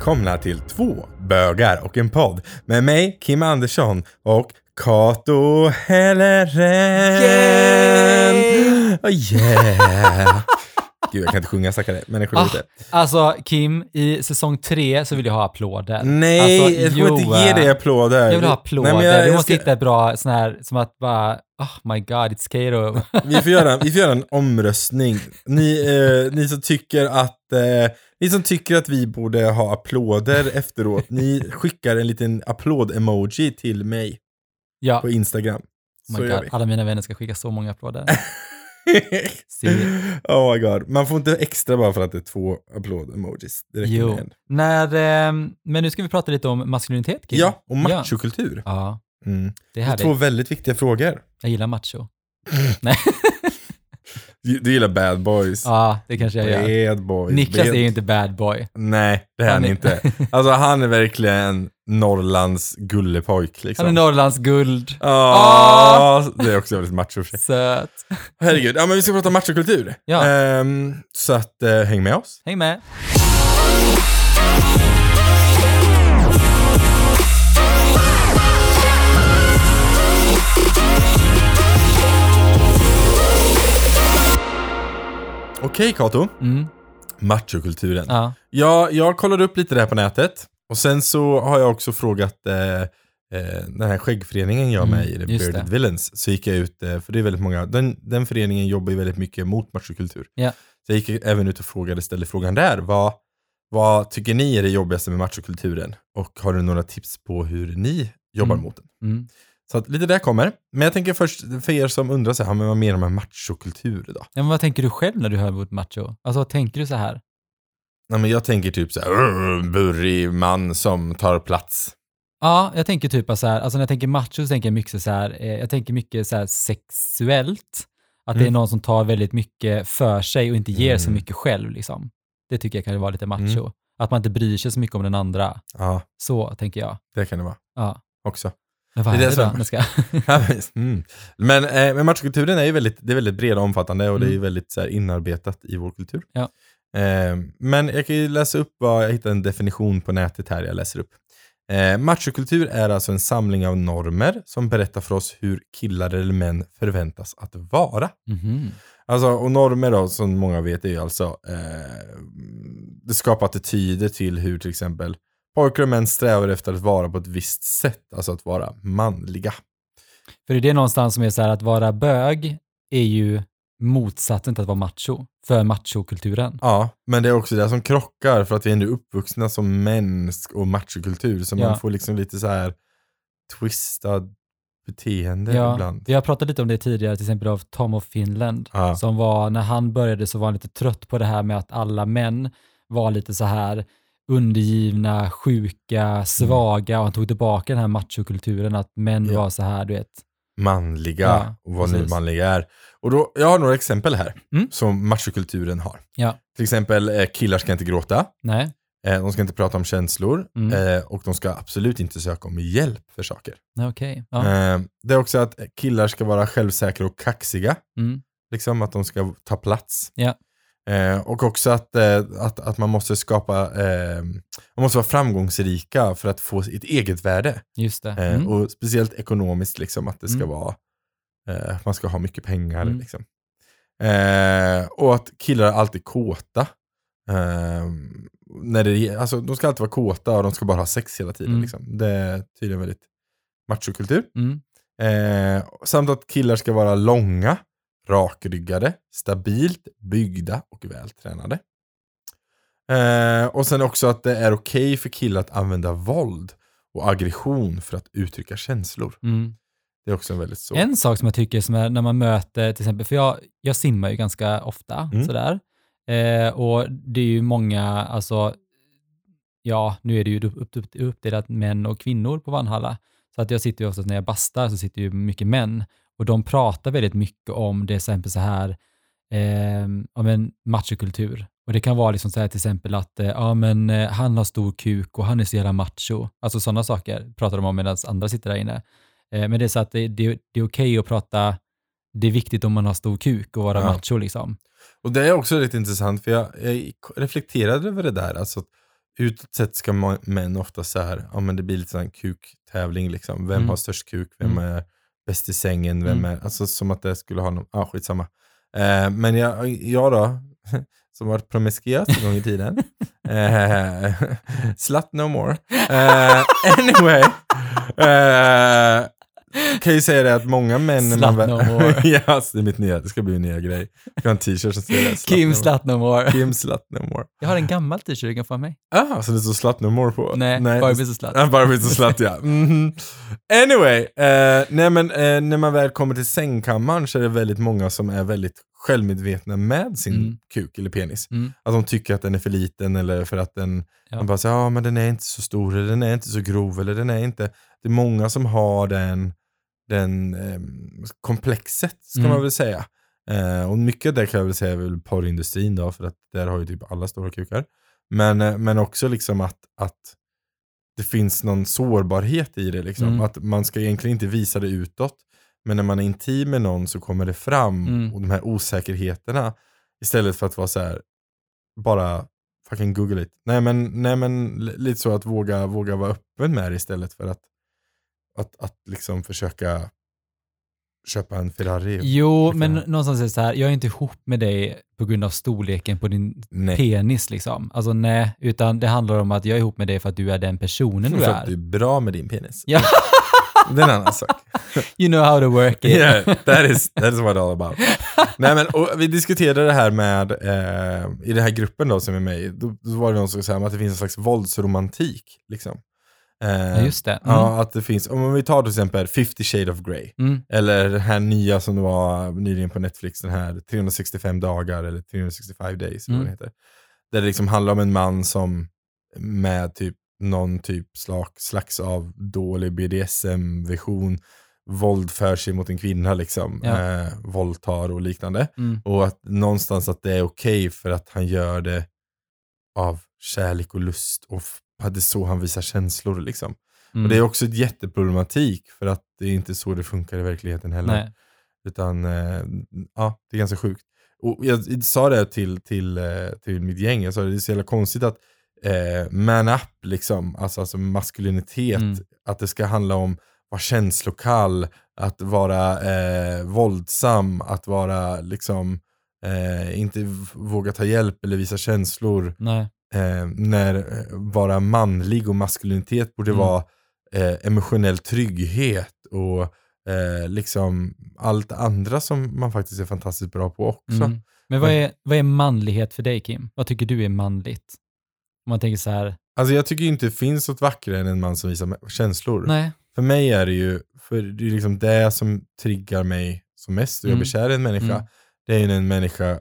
välkomna till 2 bögar och en podd med mig, Kim Andersson och Kato Helleren. Yeah! Gud, jag kan inte sjunga stackare, men jag sjunger lite. Alltså, Kim, i säsong 3 så vill jag ha applåder. Nej, alltså, jag kommer inte ge dig applåder. Jag vill ha applåder. Nej, vi måste hitta ett bra sån här, som att bara, oh my god, it's Kato. Vi får göra en omröstning. Ni som tycker att vi borde ha applåder efteråt, ni skickar en liten applåd-emoji till mig på Instagram. Oh my god, alla mina vänner ska skicka så många applåder. Oh my god. Man får inte extra bara för att det är 2 applåd-emojis. Det räcker med en. Men nu ska vi prata lite om maskulinitet, Kim. Ja, och machokultur. Ja. Det är 2 väldigt viktiga frågor. Jag gillar macho. Nej. Du gillar bad boys. Ja, det kanske jag gör. Bad boys. Niklas är ju inte bad boy. Nej, det är han inte. Alltså han är verkligen Norrlands gullepojk liksom. Han är Norrlands guld. Det är också väldigt macho. Söt. Herregud, men vi ska prata machokultur. Ja. Så att häng med oss. Häng med. Okej, Kato. Machokulturen. Ja. Jag kollade upp lite där på nätet. Och sen så har jag också frågat den här skäggföreningen jag med i The Bearded Villains. Så gick jag ut, för det är väldigt många, den föreningen jobbar ju väldigt mycket mot machokultur. Ja. Så jag gick även ut och ställde frågan där. Vad tycker ni är det jobbigaste med machokulturen? Och har du några tips på hur ni jobbar mot den? Så att lite där kommer. Men jag tänker först, för er som undrar så här, men vad menar man med machokultur då? Ja, men vad tänker du själv när du hör ordet macho? Alltså vad tänker du så här? Nej, men jag tänker typ så här, burrig man som tar plats. Ja, jag tänker typ så här, alltså när jag tänker macho så tänker jag mycket så här, jag tänker mycket så här sexuellt. Att det är någon som tar väldigt mycket för sig och inte ger så mycket själv liksom. Det tycker jag kan vara lite macho. Att man inte bryr sig så mycket om den andra. Ja. Så tänker jag. Det kan det vara. Ja. Också. Men vad är det då? Men machokulturen är ju väldigt bred och omfattande och det är ju väldigt så här inarbetat i vår kultur. Ja. Men jag kan ju läsa upp jag hittade en definition på nätet här jag läser upp. Machokultur är alltså en samling av normer som berättar för oss hur killar eller män förväntas att vara. Alltså, och normer då, som många vet är ju alltså det skapar attityder till hur till exempel pojkar och män strävar efter att vara på ett visst sätt, alltså att vara manliga. För det är någonstans som är så här, att vara bög är ju motsatsen till att vara macho, för machokulturen. Ja, men det är också det som krockar för att vi är nu uppvuxna som mänsk och machokultur, så man får liksom lite så här twistad beteende ibland. Vi har pratat lite om det tidigare, till exempel av Tom of Finland, som var, när han började så var han lite trött på det här med att alla män var lite så här undergivna, sjuka, svaga, och han tog tillbaka den här machokulturen att män var så här, du vet, manliga och vad nu manliga är. Och då, jag har några exempel här som machokulturen har. Ja. Till exempel killar ska inte gråta. Nej. De ska inte prata om känslor och de ska absolut inte söka om hjälp för saker. Okay. Ja. Det är också att killar ska vara självsäkra och kaxiga. Liksom att de ska ta plats. Ja. Och också att man måste skapa man måste vara framgångsrika för att få ett eget värde. Just det. Och speciellt ekonomiskt liksom, att det ska vara man ska ha mycket pengar liksom. Och att killar är alltid kåta. Alltså de ska alltid vara kåta och de ska bara ha sex hela tiden liksom. Det är tydligen väldigt machokultur. Samt att killar ska vara långa, rakryggade, stabilt byggda och vältränade. Och sen också att det är okej för killar att använda våld och aggression för att uttrycka känslor. Det är också en väldigt så. En sak som jag tycker som är när man möter, till exempel, för jag simmar ju ganska ofta sådär. Och det är ju många, alltså nu är det ju uppdelat män och kvinnor på Vanhalla. Så att jag sitter ju ofta, när jag bastar så sitter ju mycket män. Och de pratar väldigt mycket om det, till exempel så här, om en machokultur. Och det kan vara liksom så här till exempel att han har stor kuk och han är så jävla macho. Alltså sådana saker pratar de om medan andra sitter där inne. Men det är så att det är okej att prata, det är viktigt om man har stor kuk och vara macho liksom. Och det är också lite intressant, för jag reflekterade över det där. Alltså utåt sett ska män ofta så här, ja men det blir lite sån här kuktävling liksom. Vem har störst kuk? Vem är bäst i sängen? Vem är, alltså som att det skulle ha någon, skitsamma. Men jag då, som varit promiskuös en gång i tiden. Slut no more. Anyway. Kan ju säga det att många män när man no more. yes, det ska bli en nya grej. Jag har en t-shirt som säger det. Kim slut no more. Kim slut no more. Jag har en gammal t-shirt du kan få mig. Så det står slut no more på? Nej, Barbies och slut. Barbies och slut, ja. Anyway, när man väl kommer till sängkammaren så är det väldigt många som är väldigt självmedvetna med sin kuk eller penis. Att de tycker att den är för liten eller för att den man bara säger, men den är inte så stor eller den är inte så grov eller den är inte. Det är många som har den komplexet ska man väl säga. Och mycket av det kan jag väl säga är väl porrindustrin då, för att där har ju typ alla stora kukar. Men också liksom att det finns någon sårbarhet i det liksom. Att man ska egentligen inte visa det utåt. Men när man är intim med någon så kommer det fram och de här osäkerheterna istället för att vara så här bara fucking google it. Nej men lite så att våga vara öppen med det istället för att liksom försöka köpa en Ferrari. Jo, men någonstans är det så här, jag är inte ihop med dig på grund av storleken på din penis liksom. Alltså nej, utan det handlar om att jag är ihop med dig för att du är den personen du är. För att du är bra med din penis. Ja. Det är en annan sak. You know how to work it. Yeah, that is what it's all about. Nej, men och vi diskuterade det här med i den här gruppen då som är med. Då var det någon som sa att det finns en slags våldsromantik liksom. Ja, just det. Ja, att det finns, om vi tar till exempel 50 Shades of Grey. Eller den här nya som det var nyligen på Netflix, den här 365 dagar eller 365 days eller vad det heter. Där det liksom handlar om en man som med typ någon typ slags av dålig BDSM-vision våldför sig mot en kvinna liksom, våldtar och liknande. Och att någonstans att det är okej för att han gör det av kärlek och lust och det är så han visar känslor liksom. Och det är också ett jätteproblematik för att det är inte så det funkar i verkligheten heller. Nej. Utan det är ganska sjukt. Och jag sa det till mitt gäng, jag sa det är så jävla konstigt att man up liksom, alltså maskulinitet, att det ska handla om vara känslokall, att vara våldsam, att vara liksom inte våga ta hjälp eller visa känslor. Nej. När vara manlig och maskulinitet borde vara emotionell trygghet och liksom allt andra som man faktiskt är fantastiskt bra på också. Men vad är manlighet för dig, Kim? Vad tycker du är manligt? Om man tänker så här. Alltså jag tycker inte det finns något vackrare än en man som visar känslor. Nej. För mig är det ju, för det är liksom det som triggar mig som mest och jag blir kär i en människa. Det är ju när en människa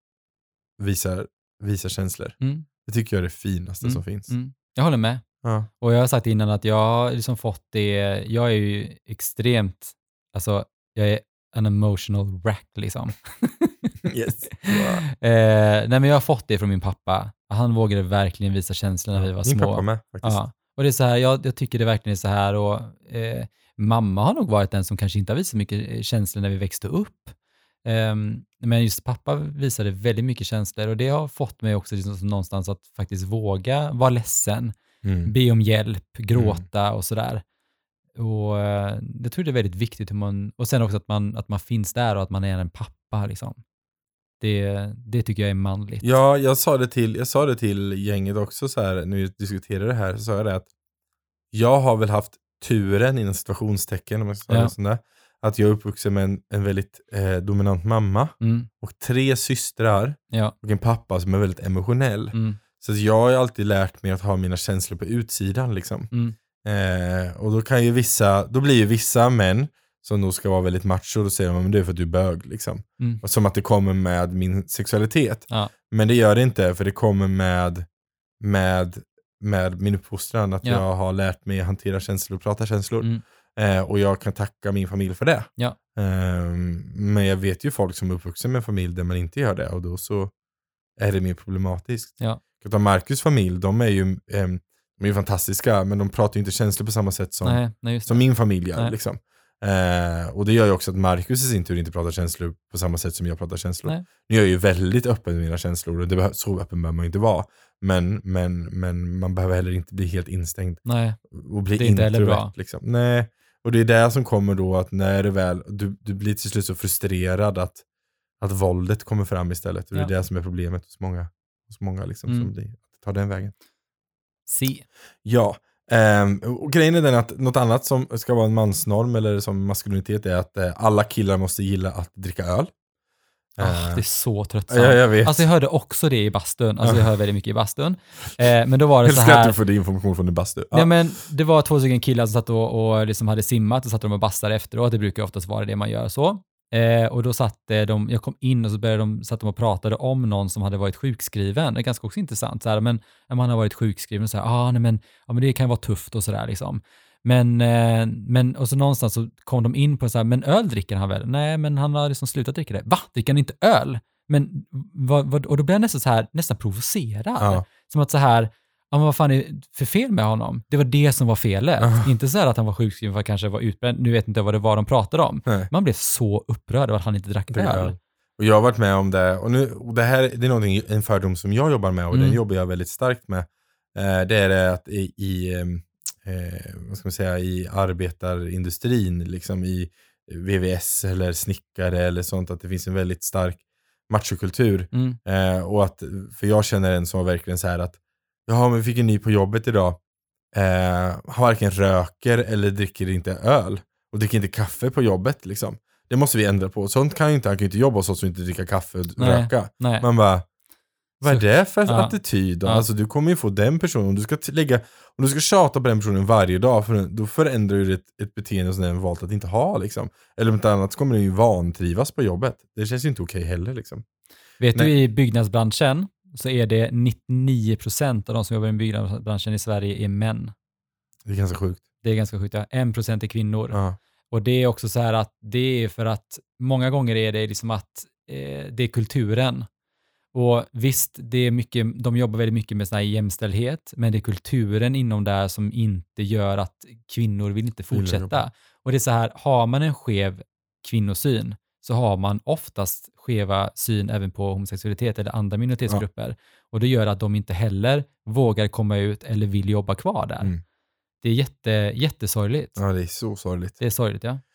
visar känslor. Det tycker jag är det finaste som finns. Jag håller med. Ja. Och jag har sagt innan att jag har liksom fått det, jag är ju extremt, alltså jag är en emotional wreck liksom. Yes. Nej men jag har fått det från min pappa. Han vågade verkligen visa känslor när vi var små. Min pappa med faktiskt. Ja. Och det är så här, jag tycker det verkligen är så här och mamma har nog varit den som kanske inte har visat mycket känslor när vi växte upp. Men just pappa visade väldigt mycket känslor och det har fått mig också liksom någonstans att faktiskt våga vara ledsen, be om hjälp, gråta och sådär. Och jag tror det är väldigt viktigt och sen också att man finns där och att man är en pappa liksom. Det tycker jag är manligt. Ja, jag sa det till gänget också så här när vi diskuterade det här, så sa jag det att jag har väl haft turen inom situationstecken om jag ska säga sånt där, att jag är uppvuxen med en väldigt dominant mamma och 3 systrar och en pappa som är väldigt emotionell. Så att jag har alltid lärt mig att ha mina känslor på utsidan liksom. Och då kan ju blir ju vissa män som nog ska vara väldigt macho, då säger de men det är för att du är bög liksom. Och som att det kommer med min sexualitet. Men det gör det inte, för det kommer med min uppfostran, att jag har lärt mig hantera känslor och prata känslor. Och jag kan tacka min familj för det. Men jag vet ju folk som är uppvuxen med en familj där man inte gör det, och då så är det mer problematiskt. Marcus familj, de är ju fantastiska, men de pratar ju inte känslor på samma sätt som min familj gör liksom. Och det gör ju också att Marcus i sin tur inte pratar känslor på samma sätt som jag pratar känslor. Nej. Nu är jag ju väldigt öppen med mina känslor och så öppen behöver man ju inte vara. Men man behöver heller inte bli helt instängd. Nej, och bli det är inte heller introvert. bra. Liksom. Nej, och det är det som kommer då att när det väl, du blir till slut så frustrerad att våldet kommer fram istället. Och det är det som är problemet hos många liksom, som blir, att ta den vägen. Ja. Och grejen är den att något annat som ska vara en mansnorm eller som maskulinitet är att alla killar måste gilla att dricka öl. Det är så tröttsamt. Ja, jag vet. Alltså jag hörde också det i bastun. Alltså jag hör väldigt mycket i bastun. Men då var det så här... Jag älskar att du får din information från din bastu. Ja, men det var 2 stycken killar som satt och liksom hade simmat och satt de och bastade efteråt. Det brukar oftast vara det man gör så. Och då jag kom in och så satt de och pratade om någon som hade varit sjukskriven. Det är ganska också intressant. Så här, men när man har varit sjukskriven så här, men det kan vara tufft och sådär liksom. Men och så någonstans så kom de in på så här, men öl dricker han väl? Nej, men han har liksom slutat dricka det. Va? Dricker han inte öl? Men och då blev jag nästan provocerad. Ja. Som att så här, men vad fan är för fel med honom? Det var det som var felet. Inte så här att han var sjukskriven för att kanske var utbränd. Nu vet inte vad det var de pratade om. Nej. Man blev så upprörd över att han inte drack öl. Och jag har varit med om det. Och det här det är en fördom som jag jobbar med och den jobbar jag väldigt starkt med. Det är det att vad ska man säga, i arbetarindustrin, liksom i VVS eller snickare eller sånt, att det finns en väldigt stark machokultur. Och att, för jag känner en som verkligen så här att men vi fick en ny på jobbet idag. Han varken röker eller dricker inte öl. Och dricker inte kaffe på jobbet liksom. Det måste vi ändra på. Sånt han kan ju inte jobba hos oss och inte dricka kaffe och röka. Nej. Man bara, vad är det för attityd då? Alltså du kommer ju få den personen. Om du ska tjata på den personen varje dag, då förändrar du ett beteende som den valt att inte ha liksom. Eller om inte annat så kommer den ju vantrivas på jobbet. Det känns ju inte okej heller liksom. Vet du, i byggnadsbranschen så är det 99% av de som jobbar i byggnadsbranschen i Sverige är män. Det är ganska sjukt. Det är ganska sjukt, 1% är kvinnor. Ja. Och det är också så här att det är för att många gånger är det liksom att det är kulturen. Och visst, det är mycket, de jobbar väldigt mycket med sån här jämställdhet, men det är kulturen inom där som inte gör att kvinnor vill inte fortsätta. Och det är så här, har man en skev kvinnosyn så har man oftast skeva syn även på homosexualitet eller andra minoritetsgrupper. Ja. Och det gör att de inte heller vågar komma ut eller vill jobba kvar där. Det är jättesorgligt. Ja, det är så sorgligt. Det är sorgligt, ja.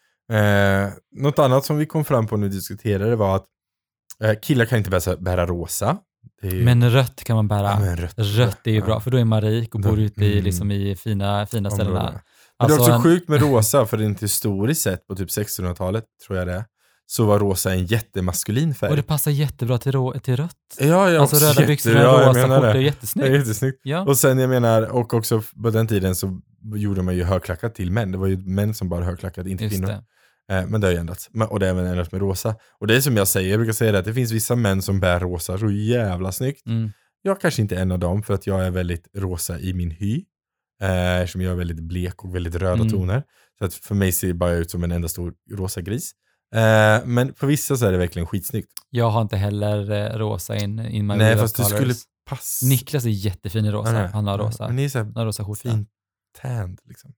Något annat som vi kom fram på när vi diskuterade var att killar kan inte bära rosa. Men rött kan man bära. Ja, men rött är ju bra, för då är man rik och bor ute i, liksom i fina ställena. Men det är också sjukt med rosa, för det är inte historiskt sett på typ 1600-talet, tror jag det. Så var rosa en jättemaskulin färg. Och det passar jättebra till rött. Ja, alltså röda byxor med rosa skjortor, det är jättesnyggt. Det är jättesnyggt. Ja. Och sen jag menar, och också på den tiden så gjorde man ju högklackat till män. Det var ju män som bara högklackat, inte just kvinnor. Men det har ju ändrats. Och det är även ändrats med rosa. Och det är som jag säger, jag brukar säga att det finns vissa män som bär rosa så jävla snyggt. Jag kanske inte är en av dem, för att jag är väldigt rosa i min hy. Som jag är väldigt blek och väldigt röda toner. Så att för mig ser det bara ut som en enda stor rosa gris. Men på vissa så är det verkligen skitsnyggt. Jag har inte heller rosa in my Nej, fast du skulle passa. Niklas är jättefin i rosa. Han har rosa. Men det är så här rosa skjorta. Fint tand liksom.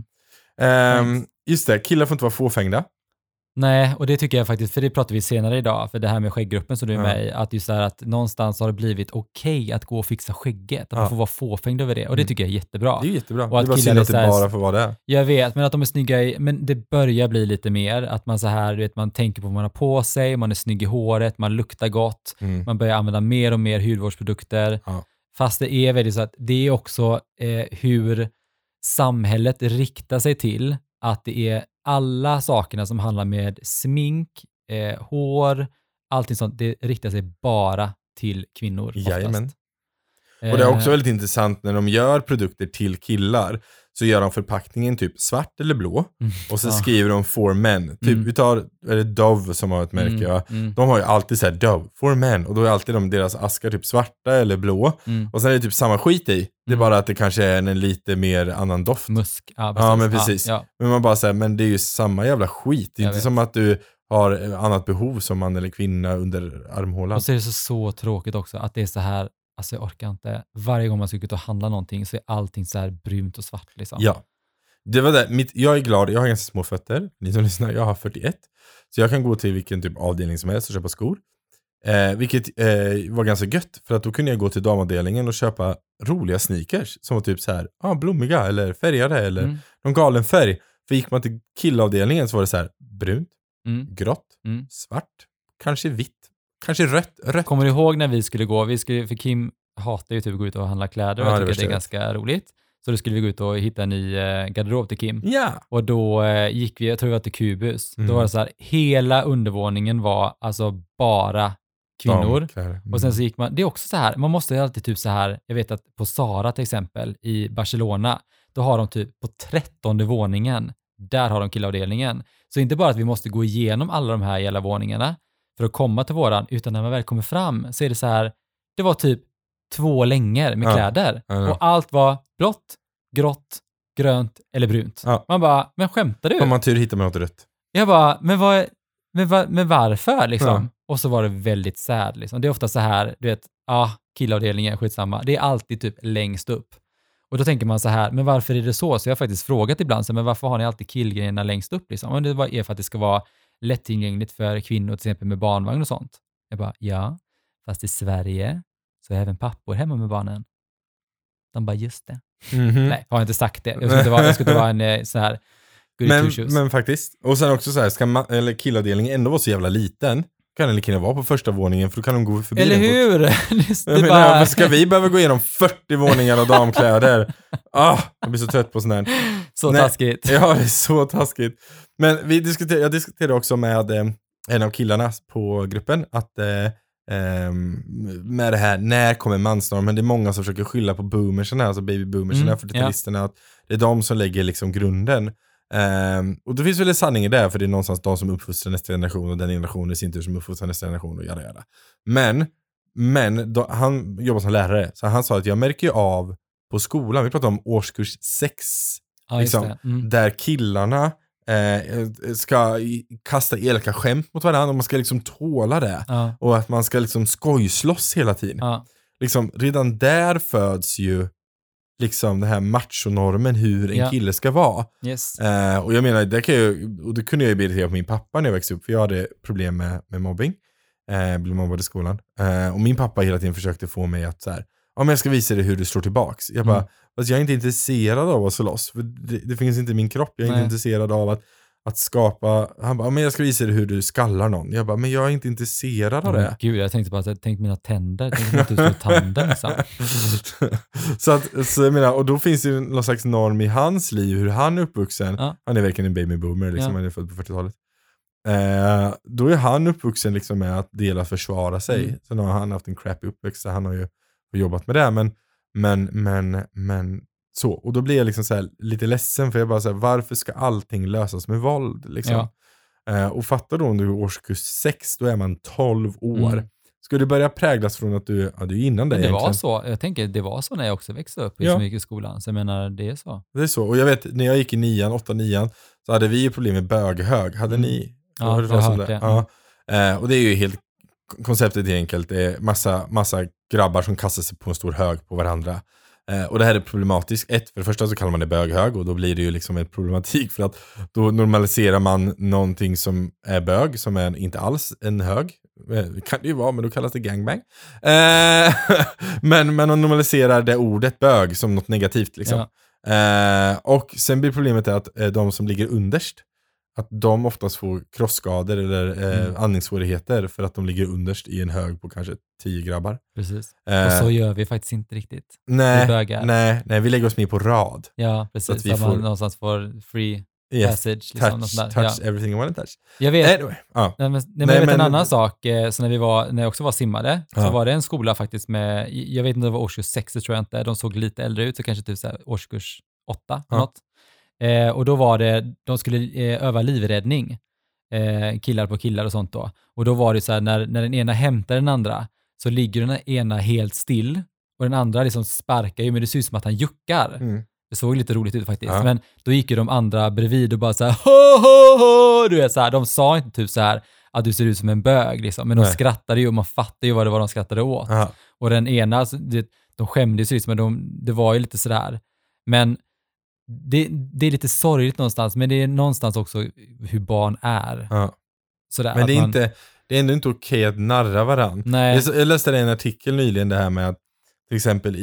Just det, killar får inte vara fåfängda. Nej, och det tycker jag faktiskt, för det pratar vi senare idag, för det här med skägggruppen som du är med i, att just så här att någonstans har det blivit okej att gå och fixa skägget, att man får vara fåfängd över det, och det tycker jag är jättebra. Det är jättebra. Och att det är bara synd att det bara får vara det. Jag vet, men att de är snygga men det börjar bli lite mer, att man så här, du vet, man tänker på vad man har på sig, man är snygg i håret, man luktar gott, man börjar använda mer och mer hudvårdsprodukter, fast det är väldigt så att det är också hur samhället riktar sig till att det är alla sakerna som handlar med smink, hår, allting sånt, det riktar sig bara till kvinnor oftast. Jajamän. Och det är också väldigt intressant när de gör produkter till killar, så gör de förpackningen typ svart eller blå och så skriver de for men. Typ vi tar Dove som har ett märke. De har ju alltid så här Dove for men, och då är alltid deras askar typ svarta eller blå. Och sen är det typ samma skit i. Det är bara att det kanske är en lite mer annan doft. Musk. Ja, men precis. Ja. Men man bara säger, men det är ju samma jävla skit. Det är inte som att du har annat behov som man eller kvinna under armhålan. Och så är det så tråkigt också att det är så här. Alltså jag orkar inte. Varje gång man ska gå ut och handla någonting så är allting så här brunt och svart liksom. Ja. Det var det. Jag är glad, jag har ganska små fötter. Ni som lyssnar, jag har 41. Så jag kan gå till vilken typ avdelning som helst och köpa skor. Vilket var ganska gött. För att då kunde jag gå till damavdelningen och köpa roliga sneakers. Som var typ så här, blommiga eller färgade eller någon galen färg. För gick man till killavdelningen så var det så här brunt, grått, svart, kanske vitt, kanske rött. Kommer du ihåg när vi skulle gå? För Kim hatar ju typ att gå ut och handla kläder och jag tycker det är ganska roligt. Så då skulle vi gå ut och hitta en ny garderob till Kim. Ja. Och då gick vi, jag tror det var till Kubus. Då var det så här, hela undervåningen var alltså bara kvinnor. Och sen så gick man, det är också så här, man måste alltid typ så här, jag vet att på Zara till exempel i Barcelona, då har de typ på 13:e våningen, där har de killavdelningen. Så inte bara att vi måste gå igenom alla de här jävla våningarna för att komma till våran, utan när man väl kommer fram så är det så här, det var typ 2 längor med kläder. Och allt var blått, grått, grönt eller brunt. Man bara, men skämtar du? Om man tur hittar man något rött. Jag bara, men varför liksom? Och så var det väldigt sad liksom. Det är ofta så här, du vet, killavdelningen, skitsamma. Det är alltid typ längst upp. Och då tänker man så här, men varför är det så? Så jag har faktiskt frågat ibland, så, men varför har ni alltid killgrejerna längst upp liksom? Och det är för att det ska vara lättillgängligt för kvinnor, till exempel med barnvagn och sånt. Jag bara, ja, fast i Sverige så är även pappor hemma med barnen. De bara, just det. Nej, har jag inte sagt det. Jag ska inte vara en så här men faktiskt. Och sen också så här, eller killavdelningen ändå vara så jävla liten, kan den lika vara på första våningen, för då kan de gå förbi. Eller hur? Men ska vi behöva gå igenom 40 våningar av damkläder? Jag blir så trött på sån här. Taskigt. Ja, det är så taskigt. Men jag diskuterade också med en av killarna på gruppen att med det här, när kommer mansnormen? Det är många som försöker skylla på boomerserna, alltså babyboomerserna, 40-talisterna, att det är de som lägger liksom grunden. Och det finns väl en sanning i det, för det är någonstans de som uppfostrar nästa generation och den generationen i sin tur som uppfostrar nästa generation och jada. Men då, han jobbar som lärare, så han sa att jag märker ju av på skolan, vi pratar om årskurs 6 liksom, där killarna ska kasta elaka skämt mot varandra och man ska liksom tåla det och att man ska liksom skojslåss hela tiden. Liksom, redan där föds ju liksom det här machonormen hur en kille ska vara. Yes. Och jag menar, det kunde jag ju irritera på min pappa när jag växte upp, för jag hade problem med mobbing. Blev mobbad i skolan. Och min pappa hela tiden försökte få mig att så här, men jag ska visa dig hur du slår tillbaks. Jag bara, fast jag är inte intresserad av att slå loss, för det finns inte i min kropp. Jag är inte intresserad av att skapa. Han bara, men jag ska visa dig hur du skallar någon. Jag bara, men jag är inte intresserad av det. Gud, jag tänkte mina tänder. Jag tänkte att du slår tanden liksom. så jag menar, och då finns ju någon slags norm i hans liv, hur han är uppvuxen. Han är verkligen en babyboomer liksom, han är född på 40-talet. Då är han uppvuxen liksom med att dela försvara sig. Sen har han haft en crappy uppväxt, så han har ju jobbat med det, men så, och då blir jag liksom så här lite ledsen, för jag bara så här, varför ska allting lösas med våld liksom? Och fattar då, om du är årskurs 6, då är man 12 år. Ska du börja präglas från att du är innan det egentligen? Var så, jag tänker det var så när jag också växte upp i så mycket skolan, så jag menar, det är så. Det är så, och jag vet, när jag gick i 8-9, så hade vi ju problem med böghög. Hade ni? Ja, jag har hört det. Ja. Och det är ju helt, konceptet är enkelt, det är massa grabbar som kastar sig på en stor hög på varandra. Och det här är problematiskt. För det första så kallar man det böghög, och då blir det ju liksom en problematik, för att då normaliserar man någonting som är bög, som är inte alls en hög. Kan det ju vara, men då kallas det gangbang. Men man normaliserar det ordet bög som något negativt liksom. Och sen blir problemet att de som ligger underst, att de oftast får krossskador eller andningssvårigheter för att de ligger underst i en hög på kanske 10 grabbar. Precis. Och så gör vi faktiskt inte riktigt. Nej, vi lägger oss med på rad. Ja, precis. Så att vi man någonstans får free passage. Touch everything you want to touch. Jag vet. Anyway. Men en annan sak, så när jag också var simmade, så var det en skola faktiskt med, jag vet inte om det var årskurs 6, tror jag inte. De såg lite äldre ut, så kanske typ så här årskurs 8 något. Och då var det, de skulle öva livräddning, killar på killar och sånt då. Och då var det så här, när den ena hämtar den andra, så ligger den ena helt still och den andra liksom sparkar ju, men det ser ut som att han juckar. Det såg lite roligt ut faktiskt. Men då gick ju de andra bredvid och bara så här, ho, ho, ho! Du vet så här, de sa inte typ så här att du ser ut som en bög liksom, men de skrattade ju, och man fattade ju vad det var de skrattade åt. Och den ena, alltså, de skämdes ju liksom, men det var ju lite sådär. Men det är lite sorgligt någonstans, men det är någonstans också hur barn är. Ja. Sådär, Men det är ändå inte okej att narra varann. Nej. Jag läste en artikel nyligen det här med att till exempel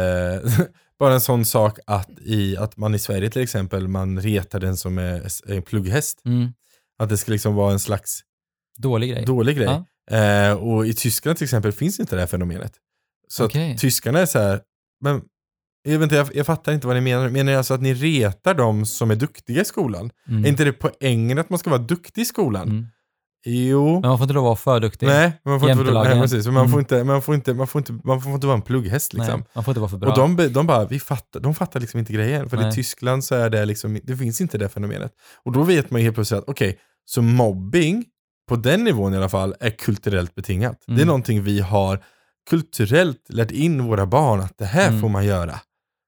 bara en sån sak att man i Sverige till exempel man retar den som är en plugghäst. Att det ska liksom vara en slags dålig grej. Ja. Och i Tyskland till exempel finns inte det här fenomenet. Så att tyskarna är så här, men jag fattar inte vad ni menar. Menar ni alltså att ni retar dem som är duktiga i skolan? Är inte det poängen att man ska vara duktig i skolan? Jo. Men man får inte då vara för duktig. Nej, man får inte vara precis. Men man får inte vara en plugghäst liksom. Nej, man får inte vara för bra. Och de fattar liksom inte grejen. För i Tyskland så är det liksom, det finns inte det fenomenet. Och då vet man ju helt plötsligt att okej, så mobbing på den nivån i alla fall är kulturellt betingat. Det är någonting vi har kulturellt lärt in våra barn att det här får man göra.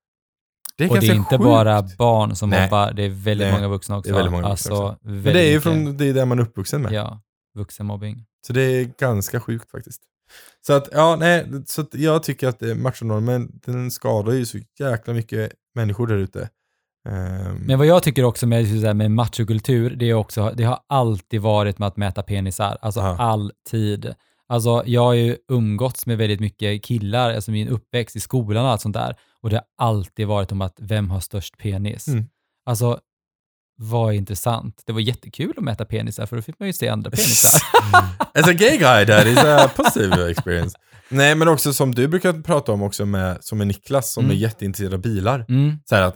Det är och det är inte sjukt. Bara barn som mobbar, det är väldigt många vuxna också. Det är väldigt många vuxna också. Men det är ju det är där man är uppvuxen med. Ja, vuxenmobbing. Så det är ganska sjukt faktiskt. Så att, så att jag tycker att machonormen, den skadar ju så jäkla mycket människor där ute. Men vad jag tycker också med machokultur, det har alltid varit med att mäta penisar. Alltså alltid. Alltså jag har ju umgåtts med väldigt mycket killar, alltså min uppväxt i skolan och allt sånt där. Och det har alltid varit om att vem har störst penis. Alltså, vad intressant. Det var jättekul att mäta penisar, för då fick man ju se andra penisar. As a gay guy, that is a positive experience. Nej, men också som du brukar prata om också som är Niklas som är jätteintresserad av bilar. Så här att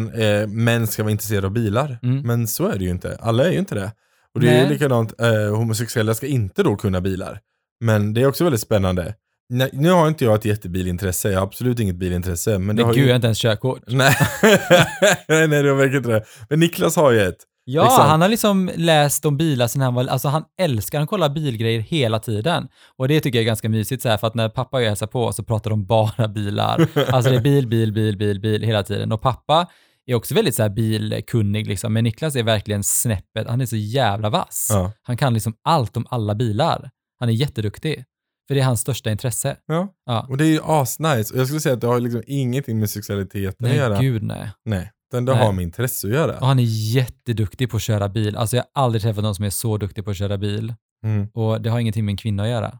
män ska vara intresserade av bilar. Men så är det ju inte. Alla är ju inte det. Och det är ju likadant, homosexuella ska inte då kunna bilar. Men det är också väldigt spännande. Nu har inte jag ett jättebilintresse. Jag har absolut inget bilintresse. Men jag har inte ens körkort. Nej, nej, det har verkligen inte det. Men Niklas har ju ett. Ja, liksom. Han har liksom läst om bilar sen han var... Alltså han älskar att kolla bilgrejer hela tiden. Och det tycker jag är ganska mysigt så här, för att när pappa och jag hälsar på så pratar de bara bilar. Alltså det är bil hela tiden. Och pappa är också väldigt så här bilkunnig liksom. Men Niklas är verkligen snäppet. Han är så jävla vass. Ja. Han kan liksom allt om alla bilar. Han är jätteduktig. För det är hans största intresse. Ja. Och det är ju asnice. Och jag skulle säga att det har liksom ingenting med sexualiteten att göra. Gud, nej. Nej, utan det har med intresse att göra. Och han är jätteduktig på att köra bil. Alltså jag har aldrig träffat någon som är så duktig på att köra bil. Och det har ingenting med en kvinna att göra.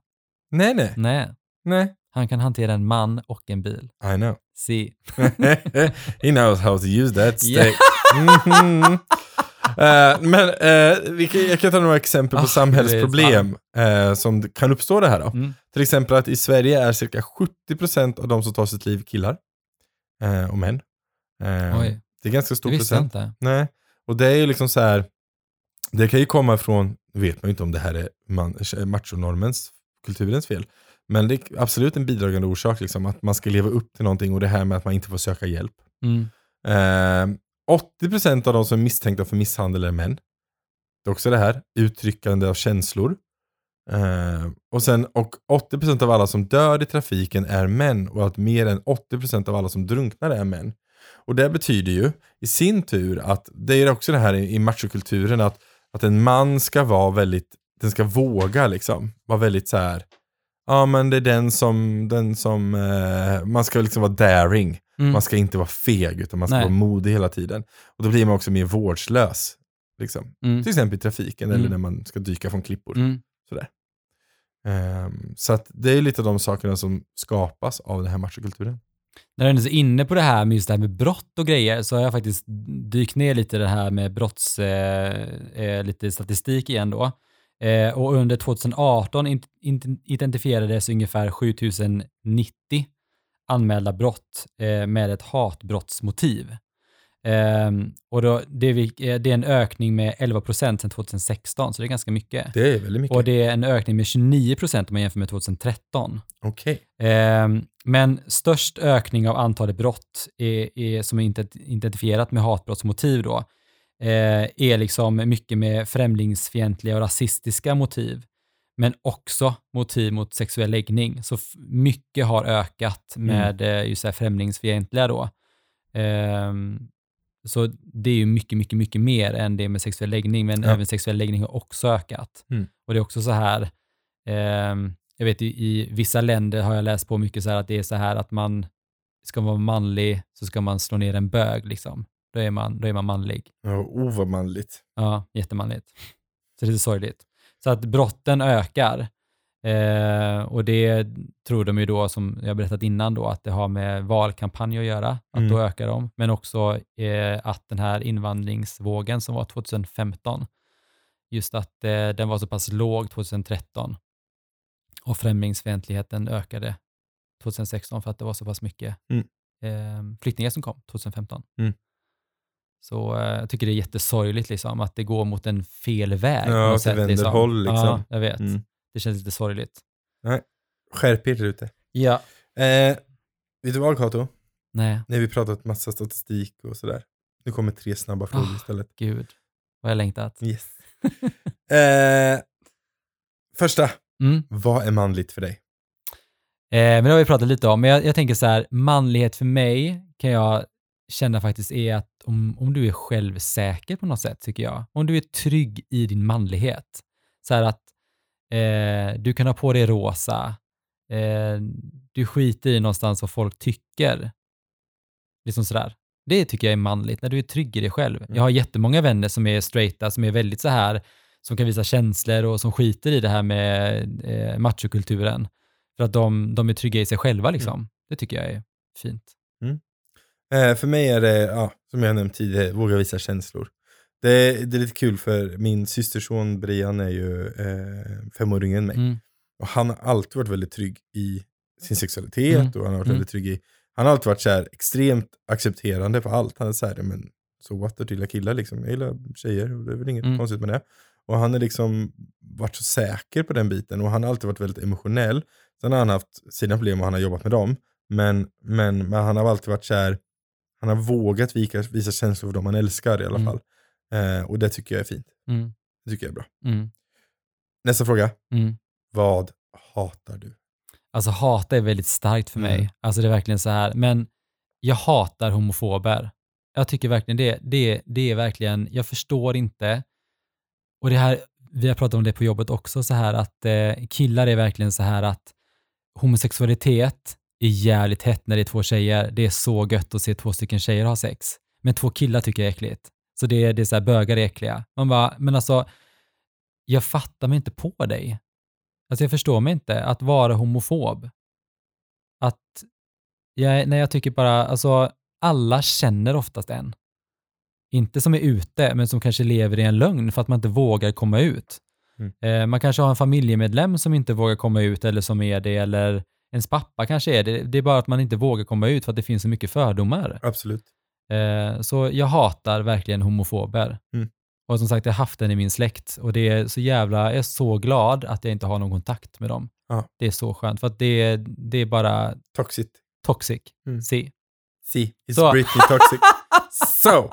Nej. Han kan hantera en man och en bil. I know. See. He knows how to use that stick. Men jag kan ta några exempel på samhällsproblem som kan uppstå det här då. Till exempel att i Sverige är cirka 70% av de som tar sitt liv killar och män. Det är ganska stor procent. Nej. Och det är ju liksom så här, det kan ju komma från, vet man ju inte om det här är machonormens, kulturens fel. Men det är absolut en bidragande orsak liksom, att man ska leva upp till någonting och det här med att man inte får söka hjälp. 80% av de som är misstänkta för misshandel är män. Det är också det här, uttryckande av känslor. Och 80% av alla som dör i trafiken är män och att mer än 80% av alla som drunknar är män. Och det betyder ju i sin tur att det är också det här i machokulturen att en man ska vara väldigt, den ska våga liksom, vara väldigt så här. Ja, men det är den som man ska liksom vara daring. Man ska inte vara feg utan man ska vara modig hela tiden. Och då blir man också mer vårdslös. Liksom. Till exempel i trafiken eller när man ska dyka från klippor. Sådär. Så att det är lite av de sakerna som skapas av den här machokulturen. När jag är så inne på det här med just det här med brott och grejer så har jag faktiskt dykt ner lite det här med lite statistik igen då. Och under 2018 identifierades ungefär 7090 anmälda brott med ett hatbrottsmotiv. Och då, det är en ökning med 11% sedan 2016, så det är ganska mycket. Det är väldigt mycket. Och det är en ökning med 29% om man jämför med 2013. Okej. Men störst ökning av antalet brott som är identifierat med hatbrottsmotiv då, är liksom mycket med främlingsfientliga och rasistiska motiv. Men också motiv mot sexuell läggning. Så mycket har ökat med just här främlingsfientliga då. Så det är ju mycket, mycket, mycket mer än det med sexuell läggning. Men även sexuell läggning har också ökat. Och det är också så här, jag vet i vissa länder har jag läst på mycket så här att det är så här att man ska vara manlig så ska man slå ner en bög liksom. då är man manlig. Ja, vad manligt. Ja, jättemanligt. Så det är lite sorgligt. Så att brotten ökar. Och det tror de ju då, som jag berättat innan då, att det har med valkampanj att göra, att då ökar de. Men också att den här invandringsvågen som var 2015, just att den var så pass låg 2013 och främlingsfientligheten ökade 2016 för att det var så pass mycket flyktingar som kom 2015. Så jag tycker det är jättesorgligt liksom, att det går mot en fel väg. Ja, att det vänder liksom. Håll liksom. Ja, jag vet. Det känns lite sorgligt. Nej, skärp er ute. Ja. Vet du vad, Kato? Nej. När vi pratat massa statistik och sådär. Nu kommer 3 snabba frågor istället. Gud, vad jag längtat. Yes. Första. Vad är manligt för dig? Men det har vi pratat lite om. Men jag tänker så här, manlighet för mig kan jag känna faktiskt är att om du är självsäker på något sätt, tycker jag. Om du är trygg i din manlighet. Så här att du kan ha på dig rosa. Du skiter i någonstans vad folk tycker. Liksom sådär. Det tycker jag är manligt, när du är trygg i dig själv. Jag har jättemånga vänner som är straighta, som är väldigt så här, som kan visa känslor och som skiter i det här med machokulturen. För att de är trygga i sig själva liksom. Det tycker jag är fint. För mig är det, som jag nämnt tidigare, våga visa känslor. Det är lite kul, för min systerson Brian är ju 5 år yngre än mig. Och han har alltid varit väldigt trygg i sin sexualitet och han har varit väldigt trygg i, han har alltid varit så här extremt accepterande på allt. Han är så här, men så what, du gillar killar liksom. Jag gillar tjejer och det är väl inget konstigt med det. Och han har liksom varit så säker på den biten, och han har alltid varit väldigt emotionell. Sen har han haft sina problem och han har jobbat med dem. Men han har alltid varit så här, han har vågat visa känslor för dem han älskar i alla fall. Och det tycker jag är fint. Det tycker jag är bra. Nästa fråga. Vad hatar du? Alltså hata är väldigt starkt för mig. Alltså det är verkligen så här. Men jag hatar homofober. Jag tycker verkligen det är verkligen, jag förstår inte. Och det här, vi har pratat om det på jobbet också, så här att killar är verkligen så här att homosexualitet är jävligt hett när det är 2 tjejer. Det är så gött att se 2 stycken tjejer ha sex. Men 2 killar tycker jag är äckligt. Så det är så här, bögar är äckliga. Man bara, men alltså, jag fattar mig inte på dig. Alltså jag förstår mig inte att vara homofob. Jag tycker bara, alltså alla känner oftast en. Inte som är ute, men som kanske lever i en lögn för att man inte vågar komma ut. Man kanske har en familjemedlem som inte vågar komma ut, eller som är det, eller ens pappa kanske är det. Det är bara att man inte vågar komma ut för att det finns så mycket fördomar. Absolut. Så jag hatar verkligen homofober. Och som sagt, jag har haft den i min släkt. Och det är så jävla, jag är så glad att jag inte har någon kontakt med dem. Det är så skönt. För att det är bara... Toxic. See, it's so. Britney toxic. So.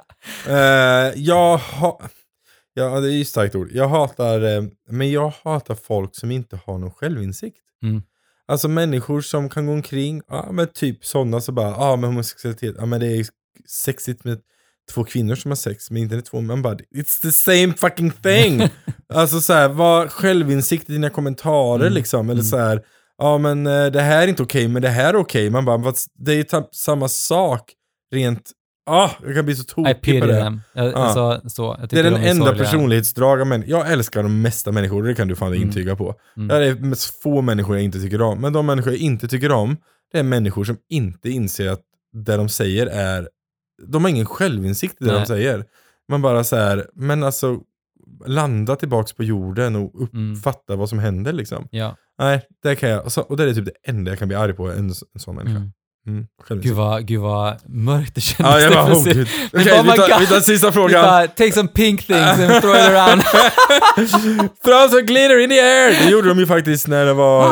Ja, det är ju starkt ord. Jag hatar folk som inte har någon självinsikt. Alltså människor som kan gå omkring, men typ sådana så bara, med homosexualitet, men det är sexigt med 2 kvinnor som har sex, men inte 2 män, bara, it's the same fucking thing. Alltså så här, vad självinsikt i dina kommentarer liksom, eller så här, men det här är inte okej, men det här är okej. Man bara, det är ju samma sak rent. Jag kan bli så tokig på det. Det är den enda personlighetsdrag, men jag älskar de mesta människor, det kan du fan intyga på. Det är mest få människor jag inte tycker om, men de människor jag inte tycker om, det är människor som inte inser att det de säger är, de har ingen självinsikt i det de säger. Man bara så här, men alltså landa tillbaks på jorden och uppfatta vad som händer liksom. Nej, det kan jag, och det är typ det enda jag kan bli arg på, en sån människa. Gud vad mörkt det kändes. Jag bara, Okej, vi tar sista frågan. Take some pink things and throw it around. Throw some glitter in the air. Det gjorde de ju faktiskt när det var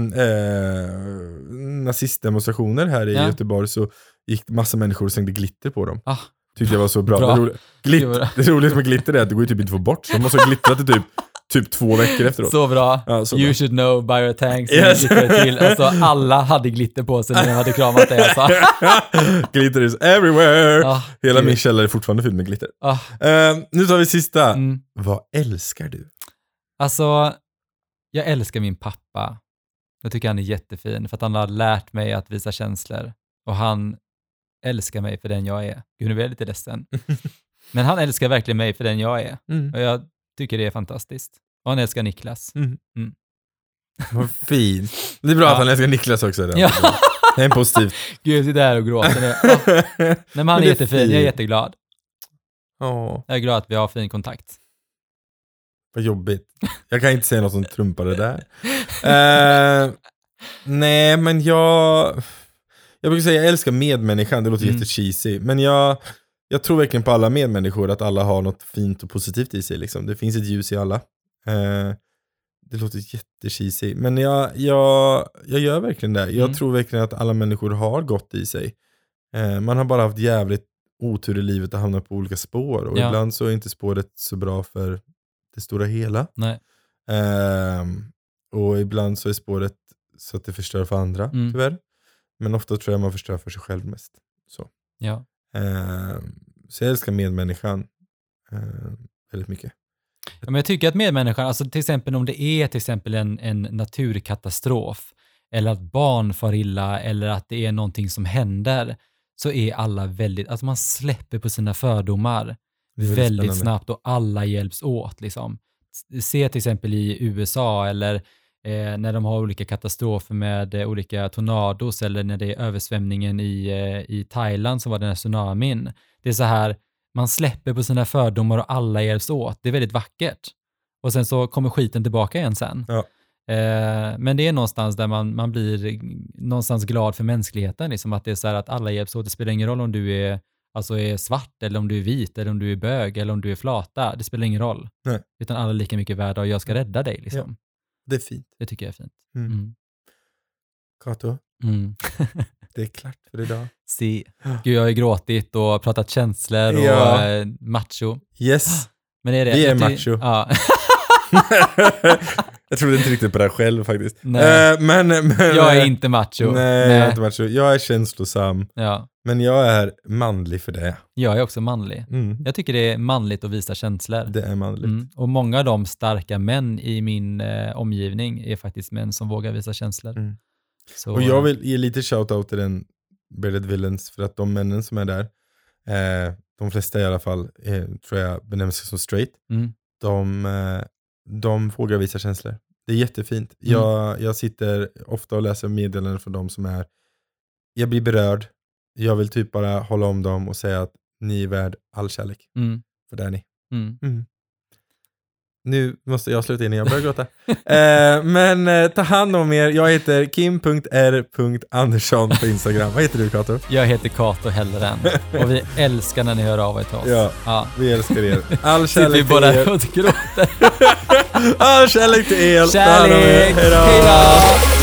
nazistdemonstrationer här i Göteborg, så gick massa människor och slängde glitter på dem. Tyckte jag var så bra. Det är roligt med glitter är att det går ju typ inte att få bort, så de måste ha glittrat i typ 2 veckor efteråt. Så bra. Så you bra. Should know by your tanks. Yes. Till. Alltså, alla hade glitter på sig när de hade kramat det. Alltså. Glitter is everywhere. Hela min källare är fortfarande fylld med glitter. Nu tar vi sista. Vad älskar du? Alltså, jag älskar min pappa. Jag tycker han är jättefin för att han har lärt mig att visa känslor. Och han älskar mig för den jag är. Gud, nu är jag lite ledsen. Men han älskar verkligen mig för den jag är. Och jag tycker det är fantastiskt. Och han älskar Niklas. Vad fint. Det är bra att han älskar Niklas också. Ja. Det är en positivt. Gud, jag sitter där och gråter nu. Nej, men han är jättefin. Jag är jätteglad. Jag är glad att vi har fin kontakt. Vad jobbigt. Jag kan inte säga något som trumpar det där. Nej, men jag brukar säga jag älskar medmänniskan. Det låter jättecheesy. Men jag tror verkligen på alla medmänniskor, att alla har något fint och positivt i sig. Liksom. Det finns ett ljus i alla. Det låter jättecheesy. Men jag gör verkligen det. Jag tror verkligen att alla människor har gott i sig. Man har bara haft jävligt otur i livet att hamna på olika spår. Och ibland så är inte spåret så bra för det stora hela. Nej. Och ibland så är spåret så att det förstör för andra, tyvärr. Men ofta tror jag man förstör för sig själv mest. Så, så jag älskar medmänniskan väldigt mycket. Ja, men jag tycker att medmänniskan, alltså till exempel om det är till exempel en naturkatastrof, eller att barn far illa, eller att det är någonting som händer, så är alla väldigt, alltså man släpper på sina fördomar väldigt snabbt och alla hjälps åt liksom. Se till exempel i USA eller när de har olika katastrofer med olika tornados, eller när det är översvämningen i Thailand som var den här tsunamin. Det är så här, man släpper på sina fördomar och alla hjälps åt. Det är väldigt vackert. Och sen så kommer skiten tillbaka igen sen. Ja. Men det är någonstans där man blir någonstans glad för mänskligheten. Liksom att det är så här att alla hjälps åt. Det spelar ingen roll om du är svart, eller om du är vit, eller om du är bög, eller om du är flata. Det spelar ingen roll. Nej. Utan alla är lika mycket värda och jag ska rädda dig. Liksom. Ja. Det är fint. Det tycker jag är fint. Kato, det är klart för idag. Gud, jag har ju gråtit och pratat känslor och macho. Yes. Men är det, vi är macho. Ja. Jag trodde inte riktigt på det själv faktiskt. Men jag är inte macho. Nej, jag är inte macho. Jag är känslosam. Ja. Men jag är manlig för det. Jag är också manlig. Jag tycker det är manligt att visa känslor. Det är manligt. Och många av de starka män i min omgivning är faktiskt män som vågar visa känslor. Så, och jag vill ge lite shoutout till den Bearded Villains, för att de männen som är där, de flesta i alla fall, tror jag benämns som straight. De vågar visa känslor. Det är jättefint. Jag sitter ofta och läser meddelanden från dem som är, jag blir berörd. Jag vill typ bara hålla om dem och säga att ni är värd all kärlek. För det är ni. Nu måste jag sluta innan jag börjar gråta. Men ta hand om er. Jag heter kim.r.andersson på Instagram. Vad heter du, Kato? Jag heter Kato Helleren. Och vi älskar när ni hör av er till oss. Ja. Vi älskar er. All kärlek till er. Och gråter. All kärlek till er. Kärlek. Hej då.